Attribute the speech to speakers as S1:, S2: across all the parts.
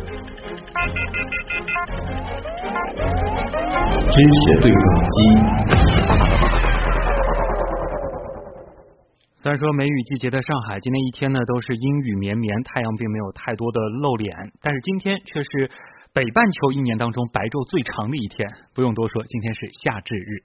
S1: 知识对撞机。
S2: 虽然说梅雨季节的上海今天一天呢都是阴雨绵绵，太阳并没有太多的露脸，但是今天却是北半球一年当中白昼最长的一天。不用多说，今天是夏至日。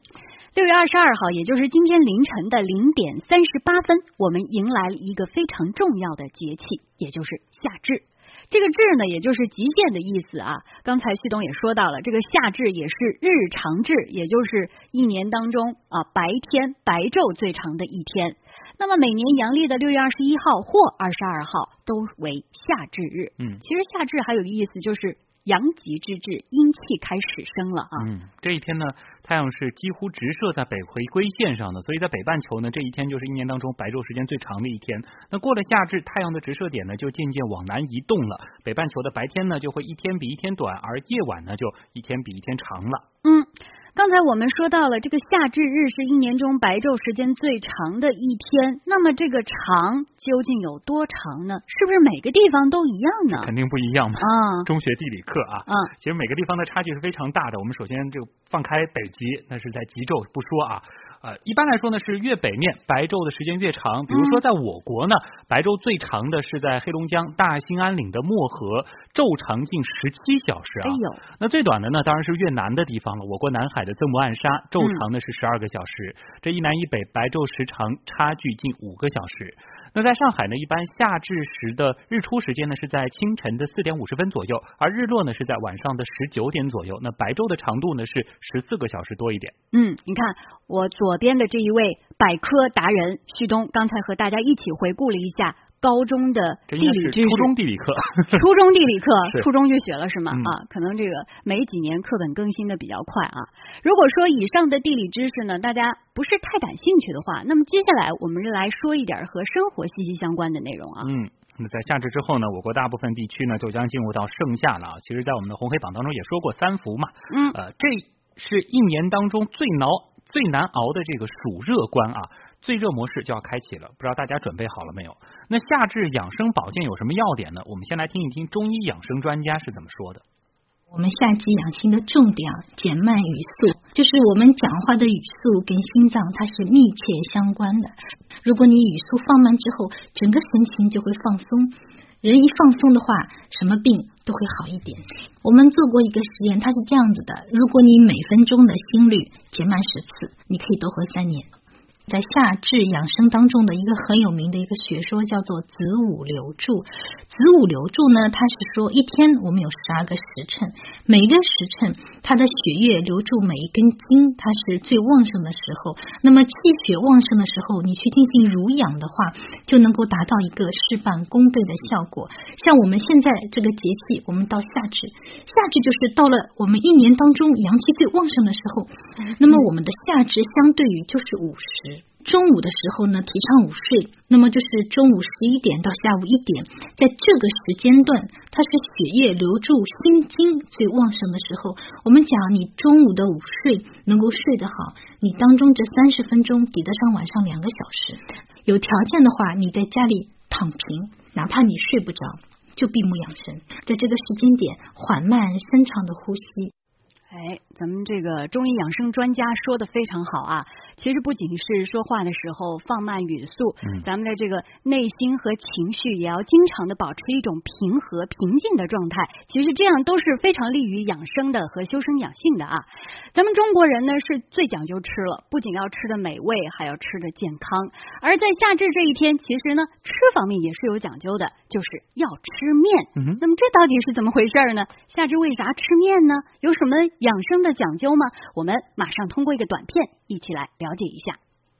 S3: 6月22号，也就是今天凌晨的0点38分，我们迎来了一个非常重要的节气，也就是夏至。这个至呢，也就是极限的意思啊。刚才旭东也说到了，这个夏至也是日长至，也就是一年当中白天白昼最长的一天。那么每年阳历的6月21号或22号都为夏至日。其实夏至还有一个意思，就是阳极之至，阴气开始生了啊。
S2: 这一天呢，太阳是几乎直射在北回归线上的，所以在北半球呢，这一天就是一年当中白昼时间最长的一天。那过了夏至，太阳的直射点呢就渐渐往南移动了，北半球的白天呢就会一天比一天短，而夜晚呢就一天比一天长了。
S3: 刚才我们说到了，这个夏至日是一年中白昼时间最长的一天，那么这个长究竟有多长呢？是不是每个地方都一样呢？
S2: 肯定不一样嘛。中学地理课其实每个地方的差距是非常大的。我们首先就放开北极，那是在极昼不说啊。一般来说呢，是越北面白昼的时间越长。比如说在我国呢，白昼最长的是在黑龙江大兴安岭的漠河，昼长近17小时啊。那最短的呢，当然是越南的地方了。我国南海的曾母暗沙，昼长的是12个小时。这一南一北白昼时长差距近5个小时。那在上海呢，一般夏至时的日出时间呢是在清晨的4点50分左右，而日落呢是在晚上的19点左右。那白昼的长度呢是14个小时多一点。
S3: 你看我左边的这一位百科达人旭东，刚才和大家一起回顾了一下高中的地理知识，
S2: 初中地理课，
S3: 初中就学了是吗？可能这个没几年课本更新的比较快啊。如果说以上的地理知识呢，大家不是太感兴趣的话，那么接下来我们就来说一点和生活息息相关的内容啊。
S2: 那在夏至之后呢，我国大部分地区呢就将进入到盛夏了。其实，在我们的红黑榜当中也说过3伏嘛。这是一年当中最难熬的这个暑热关啊。最热模式就要开启了，不知道大家准备好了没有？那夏至养生保健有什么要点呢？我们先来听一听中医养生专家是怎么说的。
S4: 我们夏季养心的重点减慢语速，就是我们讲话的语速跟心脏它是密切相关的。如果你语速放慢之后，整个神情就会放松，人一放松的话，什么病都会好一点。我们做过一个实验，它是这样子的，如果你每分钟的心率减慢10次，你可以多活3年。在夏至养生当中的一个很有名的一个学说叫做子午流注。子午流注呢，它是说一天我们有12个时辰，每个时辰它的血液流注每一根筋，它是最旺盛的时候。那么气血旺盛的时候，你去进行濡养的话，就能够达到一个事半功倍的效果。像我们现在这个节气，我们到夏至就是到了我们一年当中阳气最旺盛的时候。那么我们的夏至相对于就是午时。中午的时候呢，提倡午睡，那么就是中午11点到下午1点，在这个时间段，它是血液流注心经最旺盛的时候。我们讲你中午的午睡能够睡得好，你当中这30分钟抵得上晚上2个小时。有条件的话，你在家里躺平，哪怕你睡不着，就闭目养神，在这个时间点缓慢深长的呼吸。
S3: 咱们这个中医养生专家说的非常好啊。其实不仅是说话的时候放慢语速，咱们的这个内心和情绪也要经常的保持一种平和平静的状态。其实这样都是非常利于养生的和修身养性的啊。咱们中国人呢是最讲究吃了，不仅要吃的美味，还要吃的健康。而在夏至这一天，其实呢吃方面也是有讲究的，就是要吃面。那么这到底是怎么回事呢？夏至为啥吃面呢？有什么养生的讲究吗？我们马上通过一个短片一起来了解一下。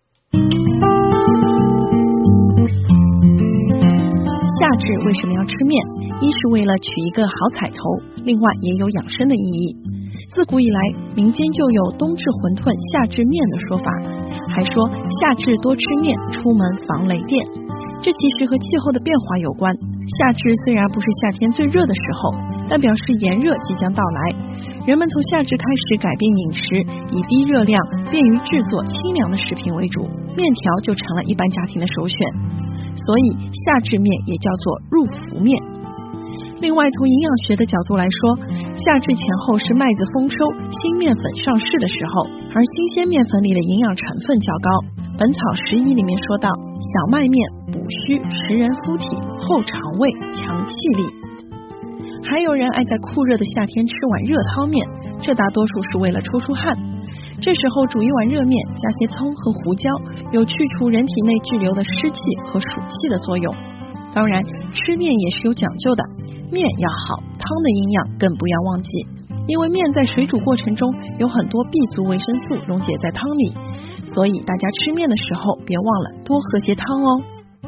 S5: 夏至为什么要吃面？一是为了取一个好彩头，另外也有养生的意义。自古以来，民间就有冬至馄饨夏至面的说法，还说夏至多吃面，出门防雷电。这其实和气候的变化有关。夏至虽然不是夏天最热的时候，但表示炎热即将到来。人们从夏至开始改变饮食，以低热量、便于制作、清凉的食品为主，面条就成了一般家庭的首选。所以夏至面也叫做入伏面。 另外，从营养学的角度来说，夏至前后是麦子丰收、新面粉上市的时候，而新鲜面粉里的营养成分较高。本草11里面说到，小麦面补虚，使人肤体，厚肠胃，强气力。还有人爱在酷热的夏天吃碗热汤面，这大多数是为了出汗。这时候煮一碗热面，加些葱和胡椒，有去除人体内滞留的湿气和暑气的作用。当然，吃面也是有讲究的，面要好，汤的营养更不要忘记，因为面在水煮过程中有很多 B 族维生素溶解在汤里，所以大家吃面的时候别忘了多喝些汤哦。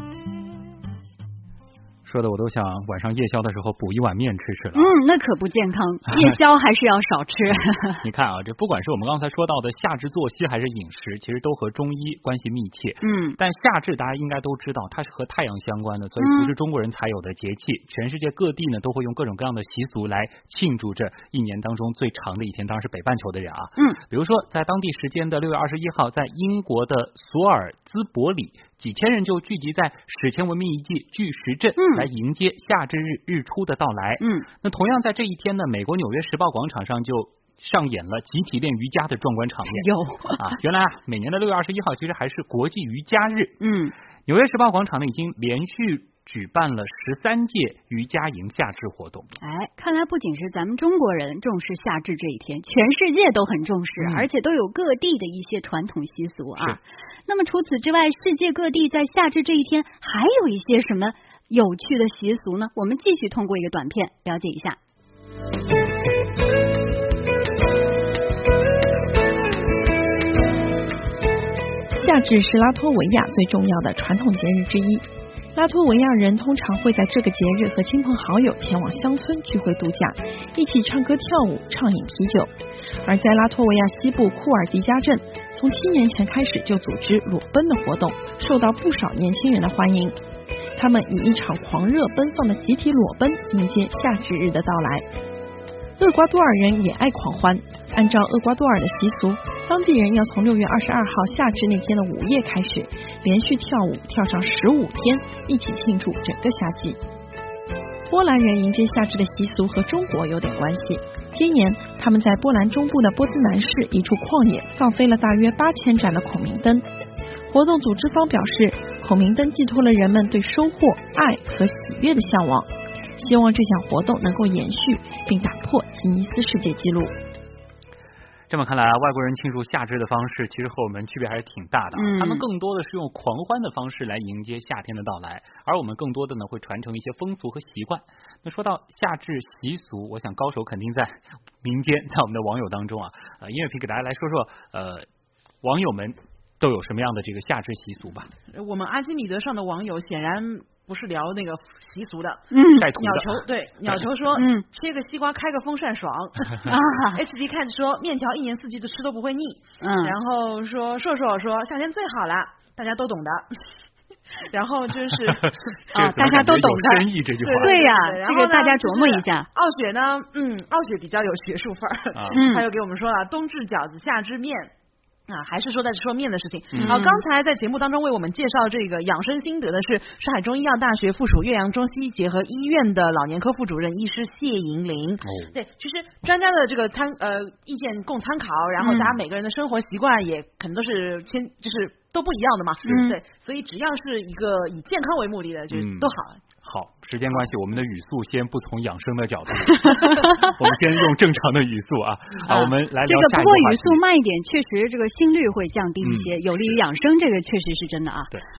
S2: 说的我都想晚上夜宵的时候补一碗面吃了。
S3: 那可不健康，夜宵还是要少吃。
S2: 你看啊，这不管是我们刚才说到的夏至作息还是饮食，其实都和中医关系密切。但夏至大家应该都知道，它是和太阳相关的，所以不是中国人才有的节气。全世界各地呢都会用各种各样的习俗来庆祝这一年当中最长的一天，当然是北半球的人啊。比如说在当地时间的6月21号，在英国的索尔兹伯里，几千人就聚集在史前文明遗迹巨石阵，来迎接夏至日出的到来。那同样在这一天呢，美国纽约时报广场上就上演了集体练瑜伽的壮观场面。原来每年的6月21号其实还是国际瑜伽日。纽约时报广场呢已经连续举办了13届瑜伽营夏至活动。
S3: 看来不仅是咱们中国人重视夏至这一天，全世界都很重视，而且都有各地的一些传统习俗啊。那么除此之外，世界各地在夏至这一天还有一些什么有趣的习俗呢？我们继续通过一个短片了解一下。
S5: 夏至是拉脱维亚最重要的传统节日之一。拉脱维亚人通常会在这个节日和亲朋好友前往乡村聚会度假，一起唱歌跳舞，畅饮啤酒。而在拉脱维亚西部库尔迪加镇，从7年前开始就组织裸奔的活动，受到不少年轻人的欢迎。他们以一场狂热奔放的集体裸奔迎接夏至日的到来。厄瓜多尔人也爱狂欢，按照厄瓜多尔的习俗，当地人要从6月22号夏至那天的午夜开始，连续跳舞跳上15天，一起庆祝整个夏季。波兰人迎接夏至的习俗和中国有点关系。今年他们在波兰中部的波兹南市一处旷野放飞了大约8000盏的孔明灯。活动组织方表示，孔明灯寄托了人们对收获、爱和喜悦的向往，希望这项活动能够延续并打破吉尼斯世界纪录。
S2: 这么看来，外国人庆祝夏至的方式其实和我们区别还是挺大的。他们更多的是用狂欢的方式来迎接夏天的到来，而我们更多的呢会传承一些风俗和习惯。那说到夏至习俗，我想高手肯定在民间，在我们的网友当中啊。音乐评给大家来说说网友们都有什么样的这个夏至习俗吧。
S6: 我们阿基米德上的网友显然不是聊那个习俗的，鸟球说，切个西瓜开个风扇爽HD 看着说，面条1年4季的吃都不会腻，然后说硕说夏天最好了，大家都懂的。然后就是
S3: 大家都懂的
S2: 深意这句话。
S3: 对呀，这个大家琢磨一下。
S6: 傲雪呢，傲雪比较有学术范儿，他又给我们说了冬至饺子夏至面。还是说在说面的事情。刚才在节目当中为我们介绍这个养生心得的是上海中医药大学附属岳阳中西医结合医院的老年科副主任医师谢银玲。对，其实专家的这个意见供参考，然后大家每个人的生活习惯也可能都是就是都不一样的嘛。对，所以只要是一个以健康为目的的，就都好。
S2: 好，时间关系，我们的语速先不从养生的角度，我们先用正常的语速啊。我们来聊
S3: 这个。不过语速慢一点，确实这个心率会降低一些，有利于养生，这个确实是真的啊。
S2: 对。